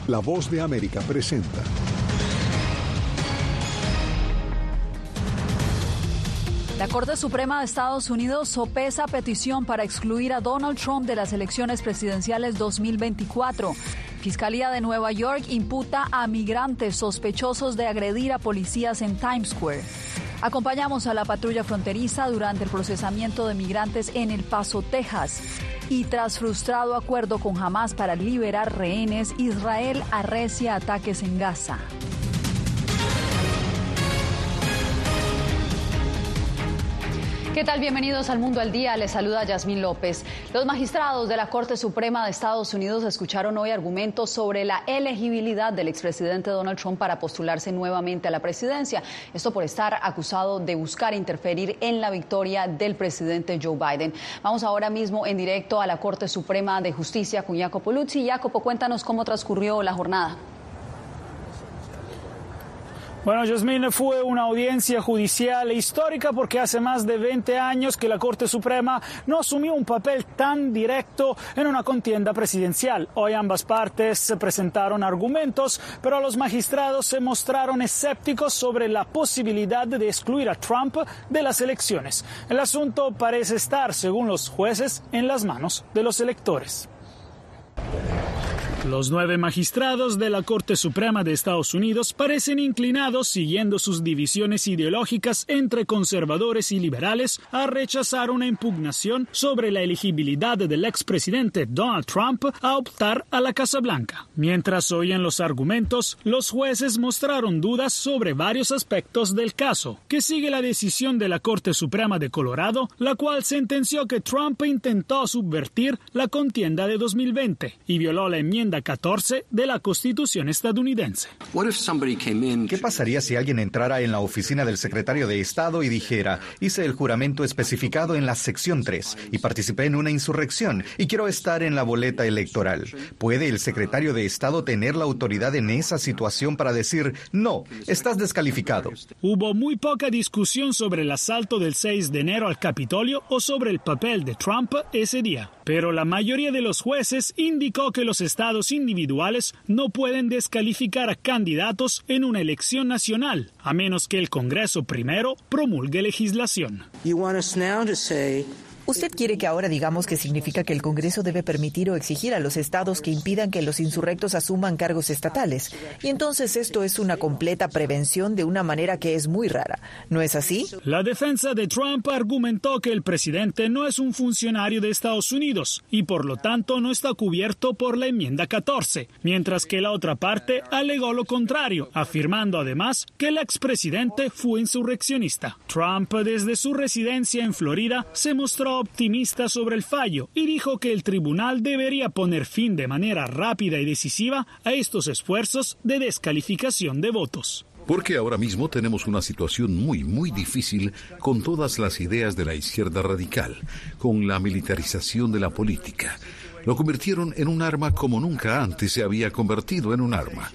La Voz de América presenta. La Corte Suprema de Estados Unidos sopesa petición para excluir a Donald Trump de las elecciones presidenciales 2024. Fiscalía de Nueva York imputa a migrantes sospechosos de agredir a policías en Times Square. Acompañamos a la patrulla fronteriza durante el procesamiento de migrantes en El Paso, Texas. Y tras frustrado acuerdo con Hamás para liberar rehenes, Israel arrecia ataques en Gaza. ¿Qué tal? Bienvenidos al Mundo al Día. Les saluda Yasmín López. Los magistrados de la Corte Suprema de Estados Unidos escucharon hoy argumentos sobre la elegibilidad del expresidente Donald Trump para postularse nuevamente a la presidencia. Esto por estar acusado de buscar interferir en la victoria del presidente Joe Biden. Vamos ahora mismo en directo a la Corte Suprema de Justicia con Jacopo Luzzi. Jacopo, cuéntanos cómo transcurrió la jornada. Bueno, Yasmín, fue una audiencia judicial histórica porque hace más de 20 años que la Corte Suprema no asumió un papel tan directo en una contienda presidencial. Hoy ambas partes presentaron argumentos, pero los magistrados se mostraron escépticos sobre la posibilidad de excluir a Trump de las elecciones. El asunto parece estar, según los jueces, en las manos de los electores. Los 9 magistrados de la Corte Suprema de Estados Unidos parecen inclinados, siguiendo sus divisiones ideológicas entre conservadores y liberales, a rechazar una impugnación sobre la elegibilidad del expresidente Donald Trump a optar a la Casa Blanca. Mientras oían los argumentos, los jueces mostraron dudas sobre varios aspectos del caso, que sigue la decisión de la Corte Suprema de Colorado, la cual sentenció que Trump intentó subvertir la contienda de 2020 y violó la enmienda 14 de la Constitución estadounidense. ¿Qué pasaría si alguien entrara en la oficina del secretario de Estado y dijera: hice el juramento especificado en la sección 3 y participé en una insurrección y quiero estar en la boleta electoral? ¿Puede el secretario de Estado tener la autoridad en esa situación para decir: no, estás descalificado? Hubo muy poca discusión sobre el asalto del 6 de enero al Capitolio o sobre el papel de Trump ese día, pero la mayoría de los jueces indicó que los estados individuales no pueden descalificar a candidatos en una elección nacional, a menos que el Congreso primero promulgue legislación. Usted quiere que ahora digamos que significa que el Congreso debe permitir o exigir a los estados que impidan que los insurrectos asuman cargos estatales. Y entonces esto es una completa prevención de una manera que es muy rara. ¿No es así? La defensa de Trump argumentó que el presidente no es un funcionario de Estados Unidos y por lo tanto no está cubierto por la enmienda 14, mientras que la otra parte alegó lo contrario, afirmando además que el expresidente fue insurreccionista. Trump, desde su residencia en Florida, se mostró optimista sobre el fallo y dijo que el tribunal debería poner fin de manera rápida y decisiva a estos esfuerzos de descalificación de votos. Porque ahora mismo tenemos una situación muy difícil con todas las ideas de la izquierda radical, con la militarización de la política. Lo convirtieron en un arma como nunca antes se había convertido en un arma.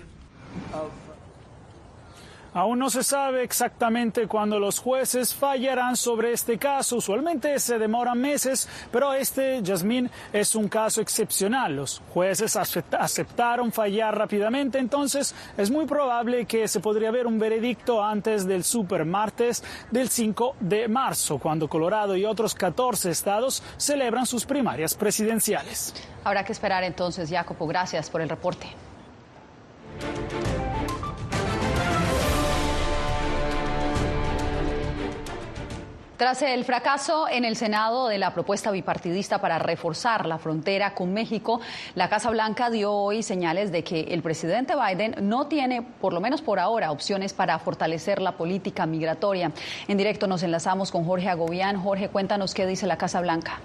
Aún no se sabe exactamente cuándo los jueces fallarán sobre este caso. Usualmente se demoran meses, pero Yasmín, es un caso excepcional. Los jueces aceptaron fallar rápidamente, entonces es muy probable que se podría ver un veredicto antes del supermartes del 5 de marzo, cuando Colorado y otros 14 estados celebran sus primarias presidenciales. Habrá que esperar entonces, Jacopo. Gracias por el reporte. Tras el fracaso en el Senado de la propuesta bipartidista para reforzar la frontera con México, la Casa Blanca dio hoy señales de que el presidente Biden no tiene, por lo menos por ahora, opciones para fortalecer la política migratoria. En directo nos enlazamos con Jorge Agobián. Jorge, cuéntanos qué dice la Casa Blanca.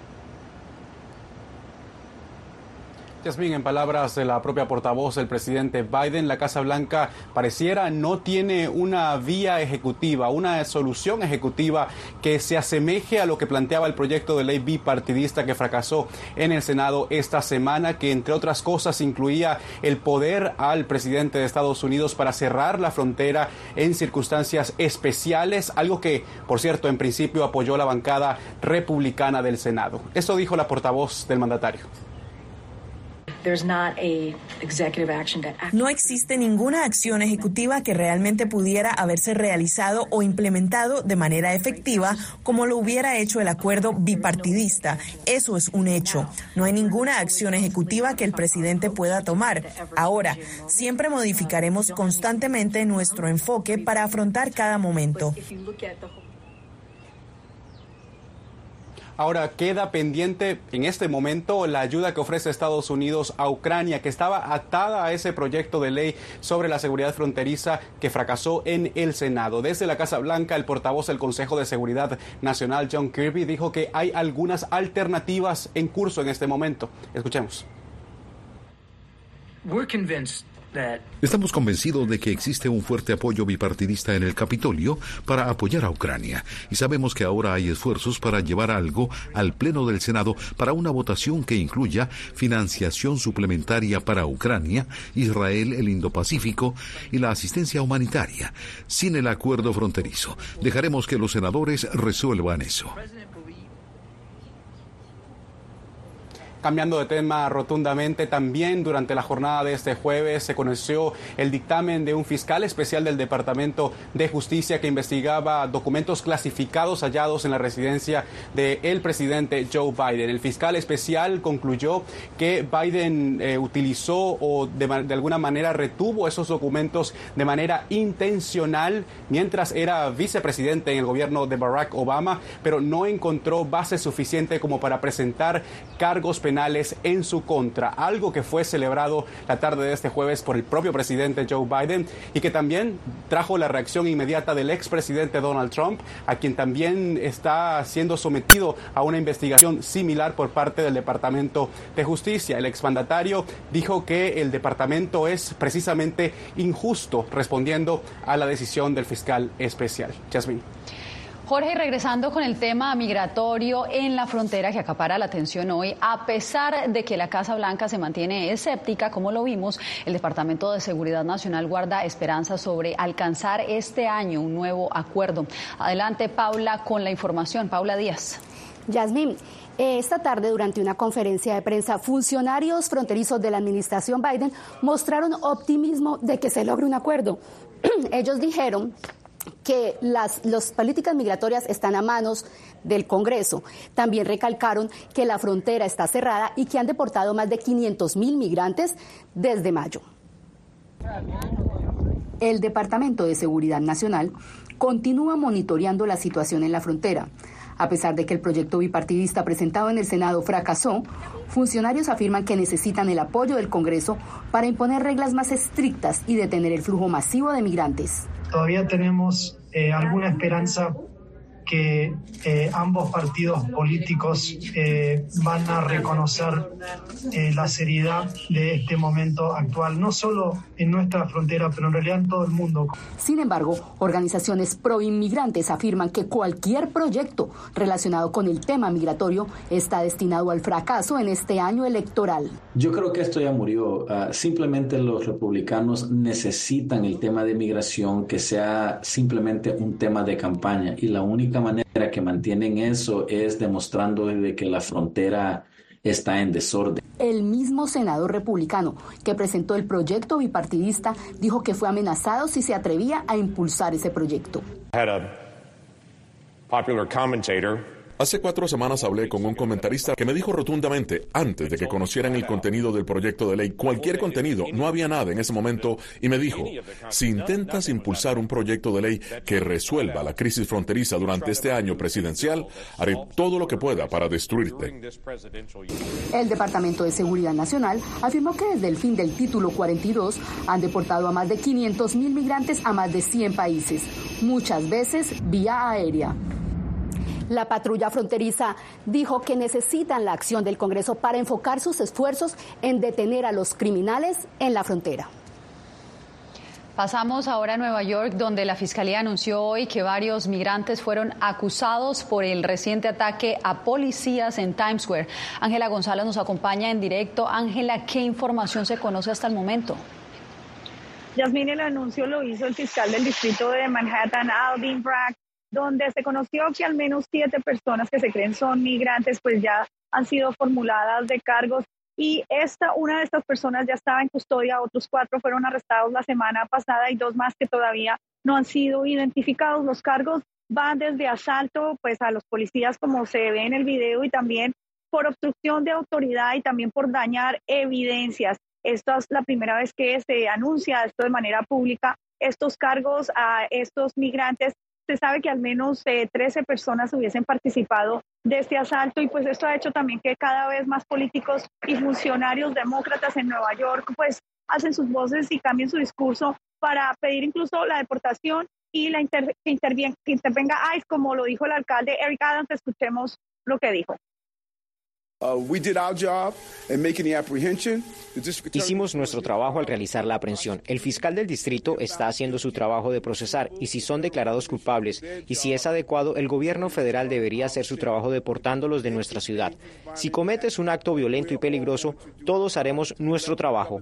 Yasmín, en palabras de la propia portavoz del presidente Biden, la Casa Blanca pareciera no tiene una vía ejecutiva, una solución ejecutiva que se asemeje a lo que planteaba el proyecto de ley bipartidista que fracasó en el Senado esta semana, que entre otras cosas incluía el poder al presidente de Estados Unidos para cerrar la frontera en circunstancias especiales, algo que, por cierto, en principio apoyó la bancada republicana del Senado. Esto dijo la portavoz del mandatario. No existe ninguna acción ejecutiva que realmente pudiera haberse realizado o implementado de manera efectiva como lo hubiera hecho el acuerdo bipartidista. Eso es un hecho. No hay ninguna acción ejecutiva que el presidente pueda tomar. Ahora, siempre modificaremos constantemente nuestro enfoque para afrontar cada momento. Ahora queda pendiente en este momento la ayuda que ofrece Estados Unidos a Ucrania, que estaba atada a ese proyecto de ley sobre la seguridad fronteriza que fracasó en el Senado. Desde la Casa Blanca, el portavoz del Consejo de Seguridad Nacional, John Kirby, dijo que hay algunas alternativas en curso en este momento. Escuchemos. Estamos convencidos de que existe un fuerte apoyo bipartidista en el Capitolio para apoyar a Ucrania y sabemos que ahora hay esfuerzos para llevar algo al Pleno del Senado para una votación que incluya financiación suplementaria para Ucrania, Israel, el Indo-Pacífico y la asistencia humanitaria. Sin el acuerdo fronterizo, dejaremos que los senadores resuelvan eso. Cambiando de tema rotundamente, también durante la jornada de este jueves se conoció el dictamen de un fiscal especial del Departamento de Justicia que investigaba documentos clasificados hallados en la residencia del presidente Joe Biden. El fiscal especial concluyó que Biden utilizó o de alguna manera retuvo esos documentos de manera intencional mientras era vicepresidente en el gobierno de Barack Obama, pero no encontró base suficiente como para presentar cargos penales en su contra, algo que fue celebrado la tarde de este jueves por el propio presidente Joe Biden y que también trajo la reacción inmediata del expresidente Donald Trump, a quien también está siendo sometido a una investigación similar por parte del Departamento de Justicia. El exmandatario dijo que el departamento es precisamente injusto, respondiendo a la decisión del fiscal especial. Yasmín. Jorge, regresando con el tema migratorio en la frontera que acapara la atención hoy, a pesar de que la Casa Blanca se mantiene escéptica, como lo vimos, el Departamento de Seguridad Nacional guarda esperanza sobre alcanzar este año un nuevo acuerdo. Adelante, Paula, con la información. Paula Díaz. Yasmín, esta tarde durante una conferencia de prensa, funcionarios fronterizos de la administración Biden mostraron optimismo de que se logre un acuerdo. Ellos dijeron que las políticas migratorias están a manos del Congreso. También recalcaron que la frontera está cerrada y que han deportado más de 500,000 migrantes desde mayo. El Departamento de Seguridad Nacional continúa monitoreando la situación en la frontera. A pesar de que el proyecto bipartidista presentado en el Senado fracasó, funcionarios afirman que necesitan el apoyo del Congreso para imponer reglas más estrictas y detener el flujo masivo de migrantes. Todavía tenemos alguna esperanza que ambos partidos políticos van a reconocer la seriedad de este momento actual, no solo en nuestra frontera, pero en realidad en todo el mundo. Sin embargo, organizaciones pro-inmigrantes afirman que cualquier proyecto relacionado con el tema migratorio está destinado al fracaso en este año electoral. Yo creo que esto ya murió. Simplemente los republicanos necesitan el tema de migración que sea simplemente un tema de campaña, y la única manera que mantienen eso es demostrando de que la frontera está en desorden. El mismo senador republicano que presentó el proyecto bipartidista dijo que fue amenazado si se atrevía a impulsar ese proyecto. Hace 4 semanas hablé con un comentarista que me dijo rotundamente, antes de que conocieran el contenido del proyecto de ley, cualquier contenido, no había nada en ese momento, y me dijo, si intentas impulsar un proyecto de ley que resuelva la crisis fronteriza durante este año presidencial, haré todo lo que pueda para destruirte. El Departamento de Seguridad Nacional afirmó que desde el fin del Título 42 han deportado a más de 500,000 migrantes a más de 100 países, muchas veces vía aérea. La patrulla fronteriza dijo que necesitan la acción del Congreso para enfocar sus esfuerzos en detener a los criminales en la frontera. Pasamos ahora a Nueva York, donde la Fiscalía anunció hoy que varios migrantes fueron acusados por el reciente ataque a policías en Times Square. Ángela González nos acompaña en directo. Ángela, ¿qué información se conoce hasta el momento? Yasmín, el anuncio lo hizo el fiscal del distrito de Manhattan, Alvin Bragg, donde se conoció que al menos 7 personas que se creen son migrantes, pues ya han sido formuladas de cargos y una de estas personas ya estaba en custodia, otros 4 fueron arrestados la semana pasada y 2 más que todavía no han sido identificados. Los cargos van desde asalto pues a los policías, como se ve en el video, y también por obstrucción de autoridad y también por dañar evidencias. Esta es la primera vez que se anuncia esto de manera pública, estos cargos a estos migrantes. Se sabe que al menos 13 personas hubiesen participado de este asalto, y pues esto ha hecho también que cada vez más políticos y funcionarios demócratas en Nueva York pues hacen sus voces y cambien su discurso para pedir incluso la deportación y que intervenga ICE, como lo dijo el alcalde Eric Adams. Escuchemos lo que dijo. Hicimos nuestro trabajo al realizar la aprehensión. El fiscal del distrito está haciendo su trabajo de procesar, y si son declarados culpables y si es adecuado, el gobierno federal debería hacer su trabajo deportándolos de nuestra ciudad. Si cometes un acto violento y peligroso, todos haremos nuestro trabajo.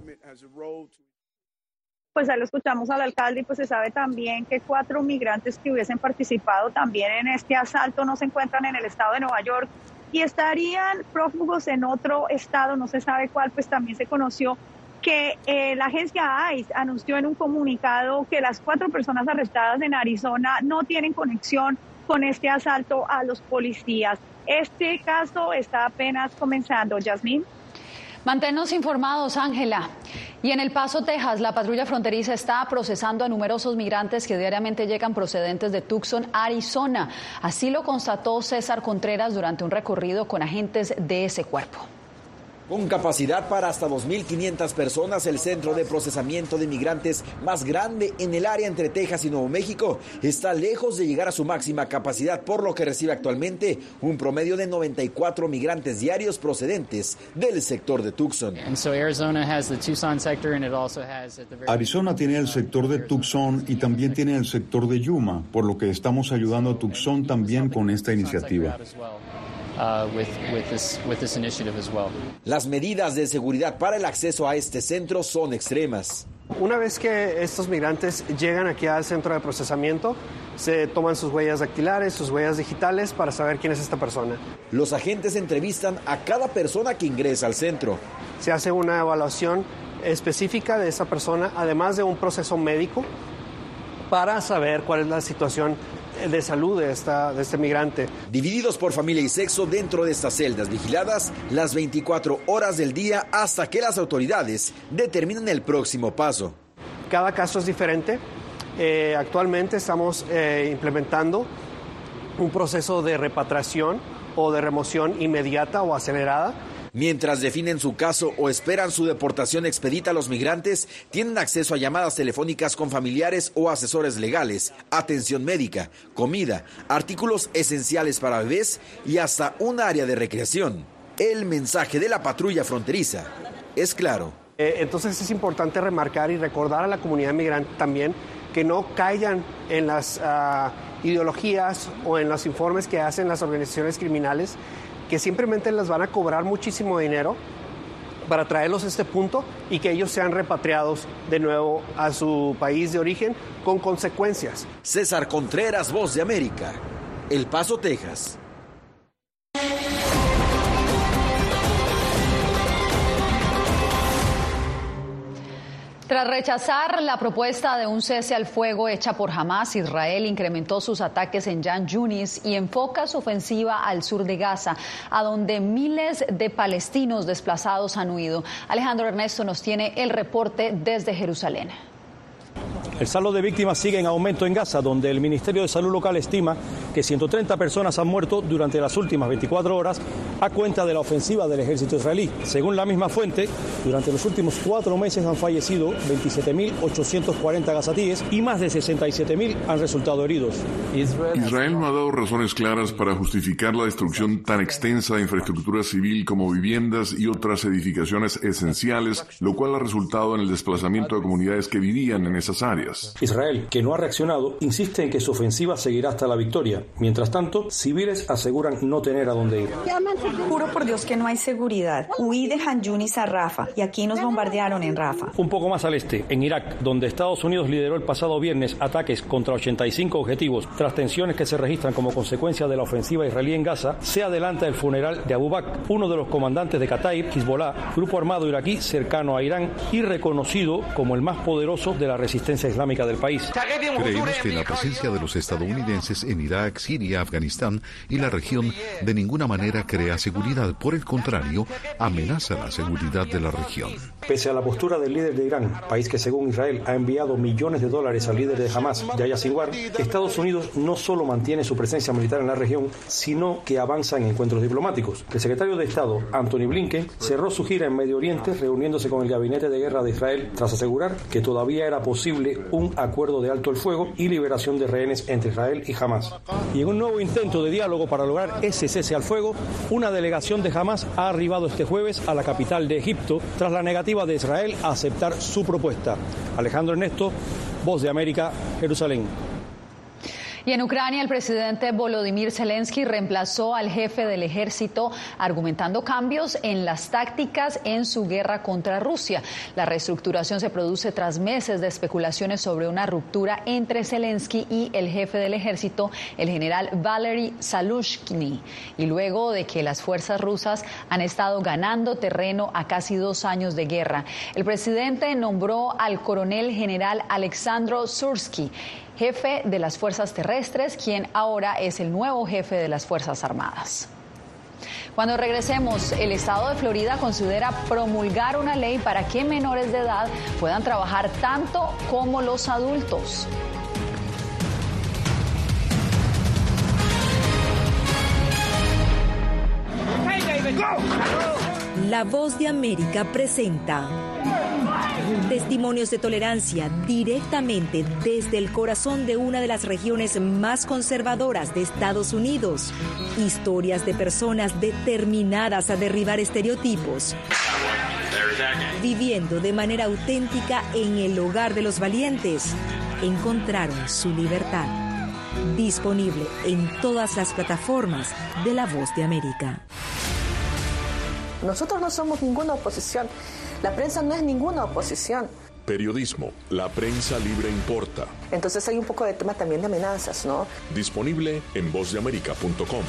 Pues ahí lo escuchamos al alcalde, y pues se sabe también que 4 migrantes que hubiesen participado también en este asalto no se encuentran en el estado de Nueva York y estarían prófugos en otro estado, no se sabe cuál. Pues también se conoció que la agencia ICE anunció en un comunicado que las 4 personas arrestadas en Arizona no tienen conexión con este asalto a los policías. Este caso está apenas comenzando. Yasmín. Manténnos informados, Ángela. Y en El Paso, Texas, la patrulla fronteriza está procesando a numerosos migrantes que diariamente llegan procedentes de Tucson, Arizona. Así lo constató César Contreras durante un recorrido con agentes de ese cuerpo. Con capacidad para hasta 2.500 personas, el centro de procesamiento de migrantes más grande en el área entre Texas y Nuevo México está lejos de llegar a su máxima capacidad, por lo que recibe actualmente un promedio de 94 migrantes diarios procedentes del sector de Tucson. Arizona tiene el sector de Tucson y también tiene el sector de Yuma, por lo que estamos ayudando a Tucson también con esta iniciativa. Las medidas de seguridad para el acceso a este centro son extremas. Una vez que estos migrantes llegan aquí al centro de procesamiento, se toman sus huellas dactilares, sus huellas digitales para saber quién es esta persona. Los agentes entrevistan a cada persona que ingresa al centro. Se hace una evaluación específica de esa persona, además de un proceso médico, para saber cuál es la situación de salud de este migrante. Divididos por familia y sexo dentro de estas celdas vigiladas las 24 horas del día hasta que las autoridades determinen el próximo paso. Cada caso es diferente. Actualmente estamos implementando un proceso de repatriación o de remoción inmediata o acelerada. Mientras definen su caso o esperan su deportación expedita, los migrantes tienen acceso a llamadas telefónicas con familiares o asesores legales, atención médica, comida, artículos esenciales para bebés y hasta un área de recreación. El mensaje de la patrulla fronteriza es claro. Entonces es importante remarcar y recordar a la comunidad migrante también que no caigan en las ideologías o en los informes que hacen las organizaciones criminales, que simplemente les van a cobrar muchísimo dinero para traerlos a este punto y que ellos sean repatriados de nuevo a su país de origen con consecuencias. César Contreras, Voz de América, El Paso, Texas. Tras rechazar la propuesta de un cese al fuego hecha por Hamás, Israel incrementó sus ataques en Jan Yunis y enfoca su ofensiva al sur de Gaza, a donde miles de palestinos desplazados han huido. Alejandro Ernesto nos tiene el reporte desde Jerusalén. El saldo de víctimas sigue en aumento en Gaza, donde el Ministerio de Salud local estima que 130 personas han muerto durante las últimas 24 horas a cuenta de la ofensiva del ejército israelí. Según la misma fuente, durante los últimos 4 meses han fallecido 27.840 gazatíes y más de 67.000 han resultado heridos. Israel no ha dado razones claras para justificar la destrucción tan extensa de infraestructura civil como viviendas y otras edificaciones esenciales, lo cual ha resultado en el desplazamiento de comunidades que vivían en esas áreas. Israel, que no ha reaccionado, insiste en que su ofensiva seguirá hasta la victoria. Siria. Mientras tanto, civiles aseguran no tener a dónde ir. Juro por Dios que no hay seguridad. Huí de Han Yunis a Rafah y aquí nos bombardearon en Rafah. Un poco más al este, en Irak, donde Estados Unidos lideró el pasado viernes ataques contra 85 objetivos tras tensiones que se registran como consecuencia de la ofensiva israelí en Gaza, se adelanta el funeral de Abu Bakr, uno de los comandantes de Kataib, Hezbollah, grupo armado iraquí cercano a Irán y reconocido como el más poderoso de la resistencia islámica del país. Creemos que la presencia de los estadounidenses en Irak, Siria, Afganistán y la región de ninguna manera crea seguridad. Por el contrario, amenaza la seguridad de la región. Pese a la postura del líder de Irán, país que según Israel ha enviado millones de dólares al líder de Hamas, Yahya Sinwar, Estados Unidos no solo mantiene su presencia militar en la región, sino que avanza en encuentros diplomáticos. El secretario de Estado, Anthony Blinken, cerró su gira en Medio Oriente reuniéndose con el gabinete de guerra de Israel tras asegurar que todavía era posible un acuerdo de alto el fuego y liberación de rehenes entre Israel y Hamas. Y en un nuevo intento de diálogo para lograr ese cese al fuego, una delegación de Hamas ha arribado este jueves a la capital de Egipto tras la negativa de Israel a aceptar su propuesta. Alejandro Ernesto, Voz de América, Jerusalén. Y en Ucrania, el presidente Volodymyr Zelensky reemplazó al jefe del ejército, argumentando cambios en las tácticas en su guerra contra Rusia. La reestructuración se produce tras meses de especulaciones sobre una ruptura entre Zelensky y el jefe del ejército, el general Valery Zaluzhny, y luego de que las fuerzas rusas han estado ganando terreno a casi 2 años de guerra. El presidente nombró al coronel general Alexandro Sursky, jefe de las fuerzas terrestres, quien ahora es el nuevo jefe de las Fuerzas Armadas. Cuando regresemos, el estado de Florida considera promulgar una ley para que menores de edad puedan trabajar tanto como los adultos. La Voz de América presenta testimonios de tolerancia directamente desde el corazón de una de las regiones más conservadoras de Estados Unidos. Historias de personas determinadas a derribar estereotipos, viviendo de manera auténtica en el hogar de los valientes. Encontraron su libertad. Disponible en todas las plataformas de La Voz de América. Nosotros no somos ninguna oposición. La prensa no es ninguna oposición. Periodismo, la prensa libre importa. Entonces hay un poco de tema también de amenazas, ¿no? Disponible en vozdeamerica.com.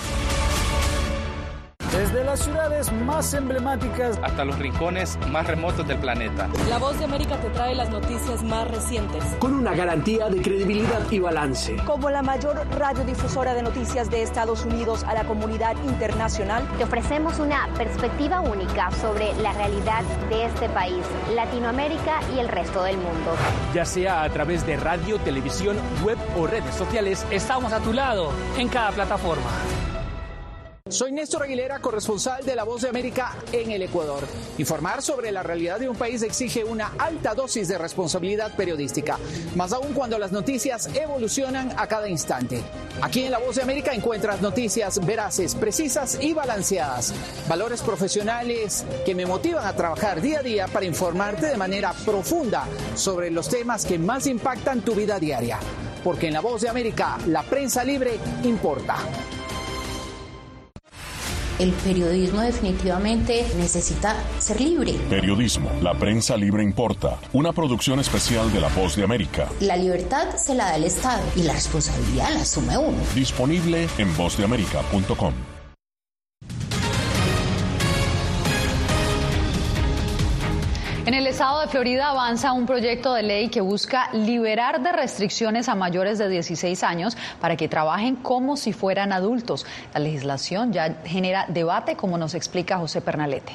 Desde las ciudades más emblemáticas hasta los rincones más remotos del planeta. La Voz de América te trae las noticias más recientes. Con una garantía de credibilidad y balance. Como la mayor radiodifusora de noticias de Estados Unidos a la comunidad internacional, te ofrecemos una perspectiva única sobre la realidad de este país, Latinoamérica y el resto del mundo. Ya sea a través de radio, televisión, web o redes sociales, estamos a tu lado en cada plataforma. Soy Néstor Aguilera, corresponsal de La Voz de América en el Ecuador. Informar sobre la realidad de un país exige una alta dosis de responsabilidad periodística, más aún cuando las noticias evolucionan a cada instante. Aquí en La Voz de América encuentras noticias veraces, precisas y balanceadas, valores profesionales que me motivan a trabajar día a día para informarte de manera profunda sobre los temas que más impactan tu vida diaria. Porque en La Voz de América, la prensa libre importa. El periodismo definitivamente necesita ser libre. Periodismo, la prensa libre importa. Una producción especial de La Voz de América. La libertad se la da el Estado y la responsabilidad la asume uno. Disponible en vozdeamerica.com. En el estado de Florida avanza un proyecto de ley que busca liberar de restricciones a mayores de 16 años para que trabajen como si fueran adultos. La legislación ya genera debate, como nos explica José Pernalete.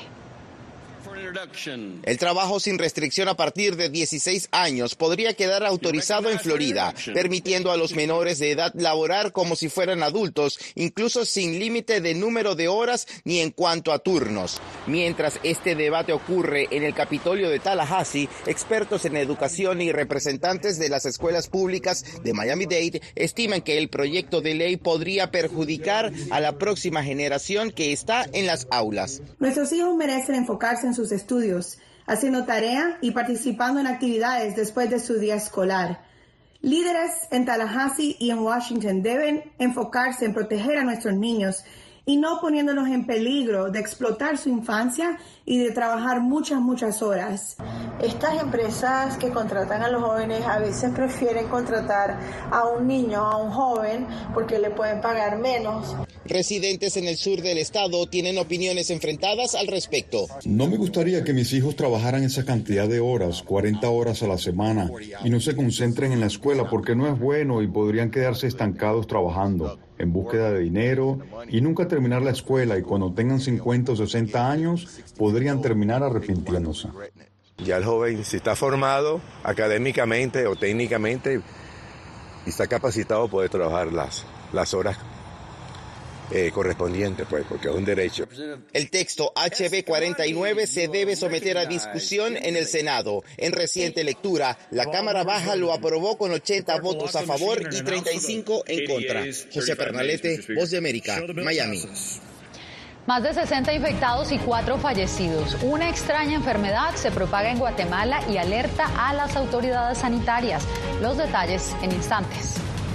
El trabajo sin restricción a partir de 16 años podría quedar autorizado en Florida, permitiendo a los menores de edad laborar como si fueran adultos, incluso sin límite de número de horas ni en cuanto a turnos. Mientras este debate ocurre en el Capitolio de Tallahassee, expertos en educación y representantes de las escuelas públicas de Miami-Dade estiman que el proyecto de ley podría perjudicar a la próxima generación que está en las aulas. Nuestros hijos merecen enfocarse en sus estudios, haciendo tarea y participando en actividades después de su día escolar. Líderes en Tallahassee y en Washington deben enfocarse en proteger a nuestros niños y no poniéndolos en peligro de explotar su infancia y de trabajar muchas horas. Estas empresas que contratan a los jóvenes a veces prefieren contratar a un niño, a un joven, porque le pueden pagar menos. Residentes en el sur del estado tienen opiniones enfrentadas al respecto. No me gustaría que mis hijos trabajaran esa cantidad de horas, 40 horas a la semana, y no se concentren en la escuela porque no es bueno y podrían quedarse estancados trabajando, en búsqueda de dinero y nunca terminar la escuela, y cuando tengan 50 o 60 años podrían terminar arrepintiéndose. Ya el joven, si está formado académicamente o técnicamente y está capacitado, puede trabajar las horas correspondiente, pues, porque es un derecho. El texto HB 49 se debe someter a discusión en el Senado. En reciente lectura, la Cámara Baja lo aprobó con 80 votos a favor y 35 en contra. José Pernalete, Voz de América, Miami. Más de 60 infectados y 4 fallecidos. Una extraña enfermedad se propaga en Guatemala y alerta a las autoridades sanitarias. Los detalles en instantes.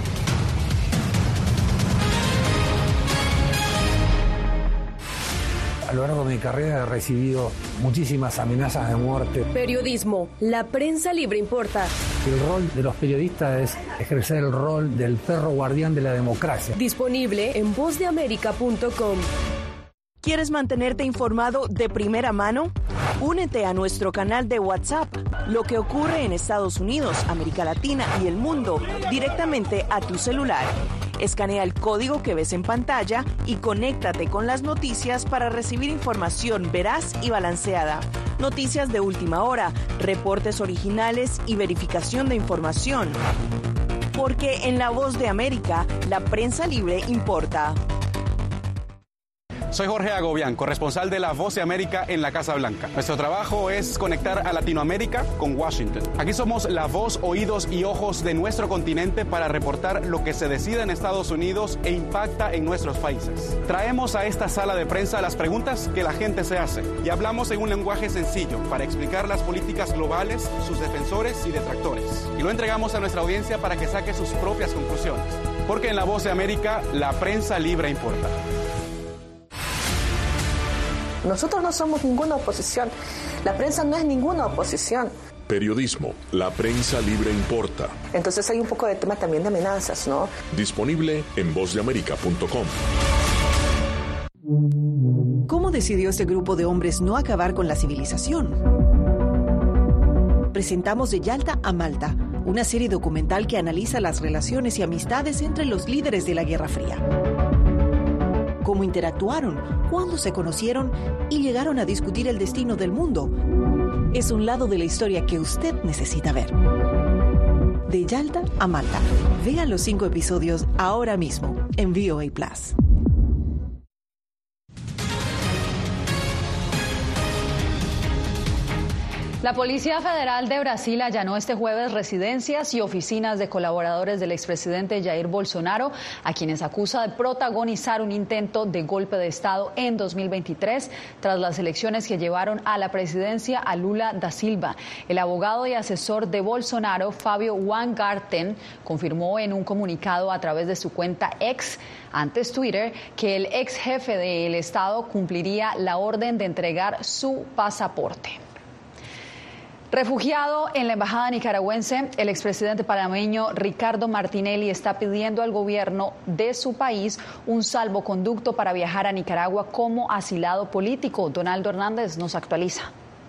A lo largo de mi carrera he recibido muchísimas amenazas de muerte. Periodismo, la prensa libre importa. El rol de los periodistas es ejercer el rol del perro guardián de la democracia. Disponible en vozdeamerica.com. ¿Quieres mantenerte informado de primera mano? Únete a nuestro canal de WhatsApp. Lo que ocurre en Estados Unidos, América Latina y el mundo directamente a tu celular. Escanea el código que ves en pantalla y conéctate con las noticias para recibir información veraz y balanceada. Noticias de última hora, reportes originales y verificación de información. Porque en La Voz de América, la prensa libre importa. Soy Jorge Agobián, corresponsal de La Voz de América en la Casa Blanca. Nuestro trabajo es conectar a Latinoamérica con Washington. Aquí somos la voz, oídos y ojos de nuestro continente para reportar lo que se decide en Estados Unidos e impacta en nuestros países. Traemos a esta sala de prensa las preguntas que la gente se hace y hablamos en un lenguaje sencillo para explicar las políticas globales, sus defensores y detractores. Y lo entregamos a nuestra audiencia para que saque sus propias conclusiones. Porque en La Voz de América, la prensa libre importa. Nosotros no somos ninguna oposición. La prensa no es ninguna oposición. Periodismo, la prensa libre importa. Entonces hay un poco de tema también de amenazas, ¿no? Disponible en vozdeamerica.com. ¿Cómo decidió este grupo de hombres no acabar con la civilización? Presentamos De Yalta a Malta, una serie documental que analiza las relaciones y amistades entre los líderes de la Guerra Fría. Cómo interactuaron, cuándo se conocieron y llegaron a discutir el destino del mundo. Es un lado de la historia que usted necesita ver. De Yalta a Malta. Vea los 5 episodios ahora mismo en VOA Plus. La Policía Federal de Brasil allanó este jueves residencias y oficinas de colaboradores del expresidente Jair Bolsonaro, a quienes acusa de protagonizar un intento de golpe de Estado en 2023, tras las elecciones que llevaron a la presidencia a Lula da Silva. El abogado y asesor de Bolsonaro, Fabio Weingarten, confirmó en un comunicado a través de su cuenta X, antes Twitter, que el ex jefe del Estado cumpliría la orden de entregar su pasaporte. Refugiado en la embajada nicaragüense, el expresidente panameño Ricardo Martinelli está pidiendo al gobierno de su país un salvoconducto para viajar a Nicaragua como asilado político. Donaldo Hernández nos actualiza.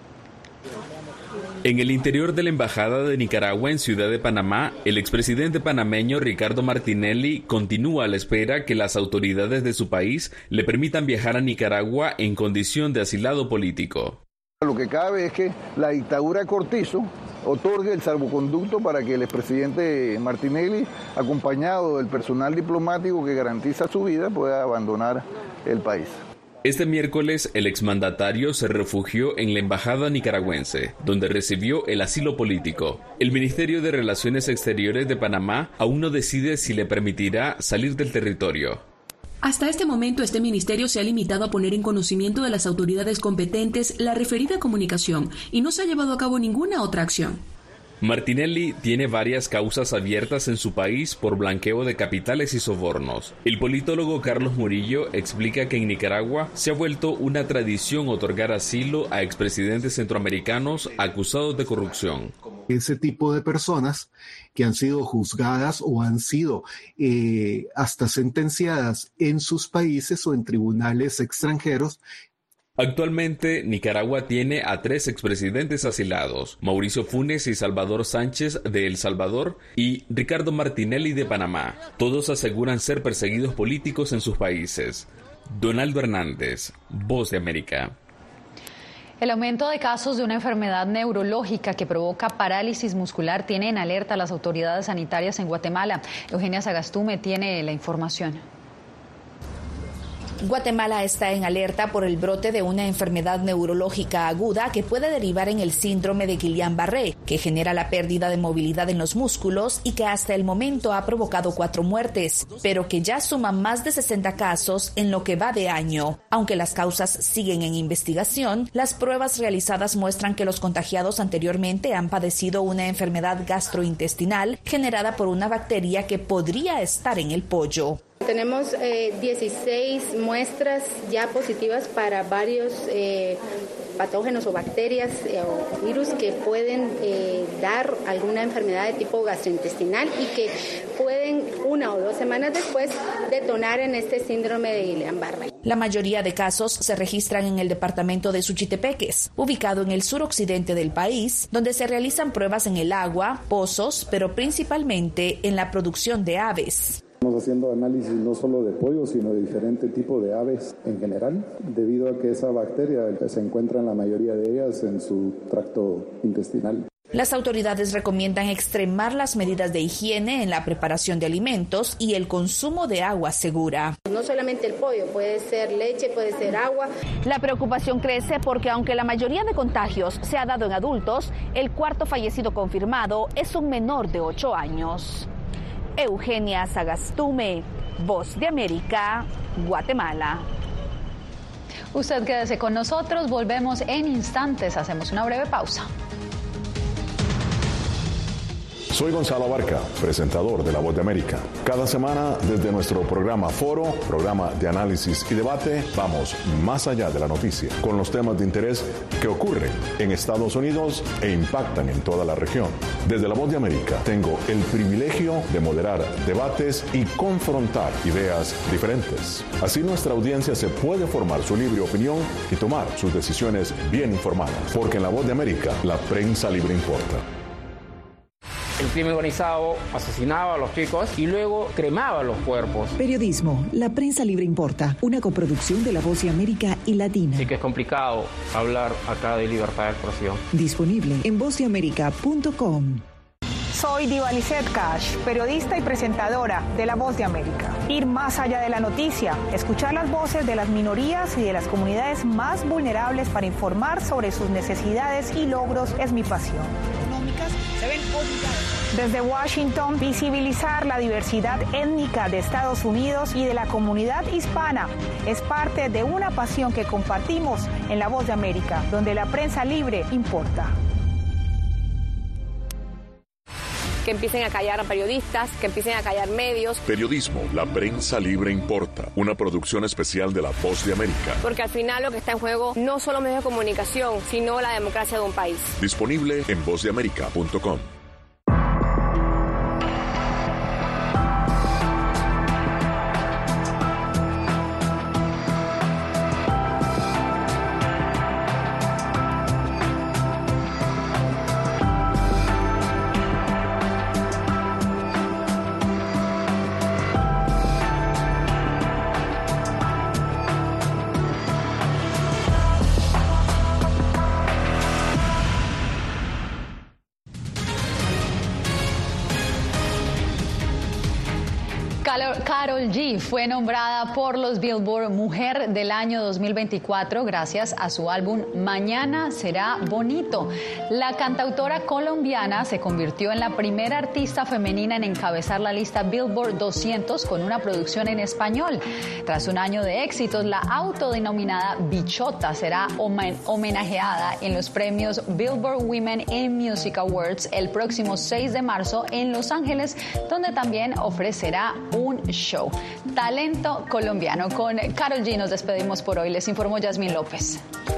En el interior de la embajada de Nicaragua en Ciudad de Panamá, el expresidente panameño Ricardo Martinelli continúa a la espera que las autoridades de su país le permitan viajar a Nicaragua en condición de asilado político. Lo que cabe es que la dictadura de Cortizo otorgue el salvoconducto para que el expresidente Martinelli, acompañado del personal diplomático que garantiza su vida, pueda abandonar el país. Este miércoles, el exmandatario se refugió en la embajada nicaragüense, donde recibió el asilo político. El Ministerio de Relaciones Exteriores de Panamá aún no decide si le permitirá salir del territorio. Hasta este momento, este ministerio se ha limitado a poner en conocimiento de las autoridades competentes la referida comunicación y no se ha llevado a cabo ninguna otra acción. Martinelli tiene varias causas abiertas en su país por blanqueo de capitales y sobornos. El politólogo Carlos Murillo explica que en Nicaragua se ha vuelto una tradición otorgar asilo a expresidentes centroamericanos acusados de corrupción. Ese tipo de personas que han sido juzgadas o han sido hasta sentenciadas en sus países o en tribunales extranjeros. Actualmente, Nicaragua tiene a 3 expresidentes asilados: Mauricio Funes y Salvador Sánchez de El Salvador y Ricardo Martinelli de Panamá. Todos aseguran ser perseguidos políticos en sus países. Donaldo Hernández, Voz de América. El aumento de casos de una enfermedad neurológica que provoca parálisis muscular tiene en alerta a las autoridades sanitarias en Guatemala. Eugenia Sagastume tiene la información. Guatemala está en alerta por el brote de una enfermedad neurológica aguda que puede derivar en el síndrome de Guillain-Barré, que genera la pérdida de movilidad en los músculos y que hasta el momento ha provocado 4 muertes, pero que ya suma más de 60 casos en lo que va de año. Aunque las causas siguen en investigación, las pruebas realizadas muestran que los contagiados anteriormente han padecido una enfermedad gastrointestinal generada por una bacteria que podría estar en el pollo. Tenemos 16 muestras ya positivas para varios patógenos o bacterias o virus que pueden dar alguna enfermedad de tipo gastrointestinal y que pueden 1 o 2 semanas después detonar en este síndrome de Guillain-Barré. La mayoría de casos se registran en el departamento de Suchitepeques, ubicado en el suroccidente del país, donde se realizan pruebas en el agua, pozos, pero principalmente en la producción de aves. Estamos haciendo análisis no solo de pollo, sino de diferentes tipos de aves en general, debido a que esa bacteria se encuentra en la mayoría de ellas en su tracto intestinal. Las autoridades recomiendan extremar las medidas de higiene en la preparación de alimentos y el consumo de agua segura. No solamente el pollo, puede ser leche, puede ser agua. La preocupación crece porque aunque la mayoría de contagios se ha dado en adultos, el 4º fallecido confirmado es un menor de 8 años. Eugenia Sagastume, Voz de América, Guatemala. Usted quédese con nosotros, volvemos en instantes, hacemos una breve pausa. Soy Gonzalo Abarca, presentador de La Voz de América. Cada semana, desde nuestro programa Foro, programa de análisis y debate, vamos más allá de la noticia, con los temas de interés que ocurren en Estados Unidos e impactan en toda la región. Desde La Voz de América, tengo el privilegio de moderar debates y confrontar ideas diferentes. Así nuestra audiencia se puede formar su libre opinión y tomar sus decisiones bien informadas, porque en La Voz de América, la prensa libre importa. El crimen organizado asesinaba a los chicos y luego cremaba los cuerpos. Periodismo, la prensa libre importa, una coproducción de La Voz de América y Latina. Así que es complicado hablar acá de libertad de expresión. Disponible en vozdeamerica.com. Soy Diva Lizeth Cash, periodista y presentadora de La Voz de América. Ir más allá de la noticia, escuchar las voces de las minorías y de las comunidades más vulnerables para informar sobre sus necesidades y logros es mi pasión. Económicas se ven obligadas. Desde Washington, visibilizar la diversidad étnica de Estados Unidos y de la comunidad hispana es parte de una pasión que compartimos en La Voz de América, donde la prensa libre importa. Que empiecen a callar a periodistas, que empiecen a callar medios. Periodismo, la prensa libre importa. Una producción especial de La Voz de América. Porque al final lo que está en juego no solo medios de comunicación, sino la democracia de un país. Disponible en vozdeamerica.com. Karol G fue nombrada por los Billboard Mujer del Año 2024 gracias a su álbum Mañana será bonito. La cantautora colombiana se convirtió en la primera artista femenina en encabezar la lista Billboard 200 con una producción en español. Tras un año de éxitos, la autodenominada bichota será homenajeada en los premios Billboard Women in Music Awards el próximo 6 de marzo en Los Ángeles, donde también ofrecerá un show. Talento colombiano. Con Karol G nos despedimos por hoy. Les informó Yasmín López.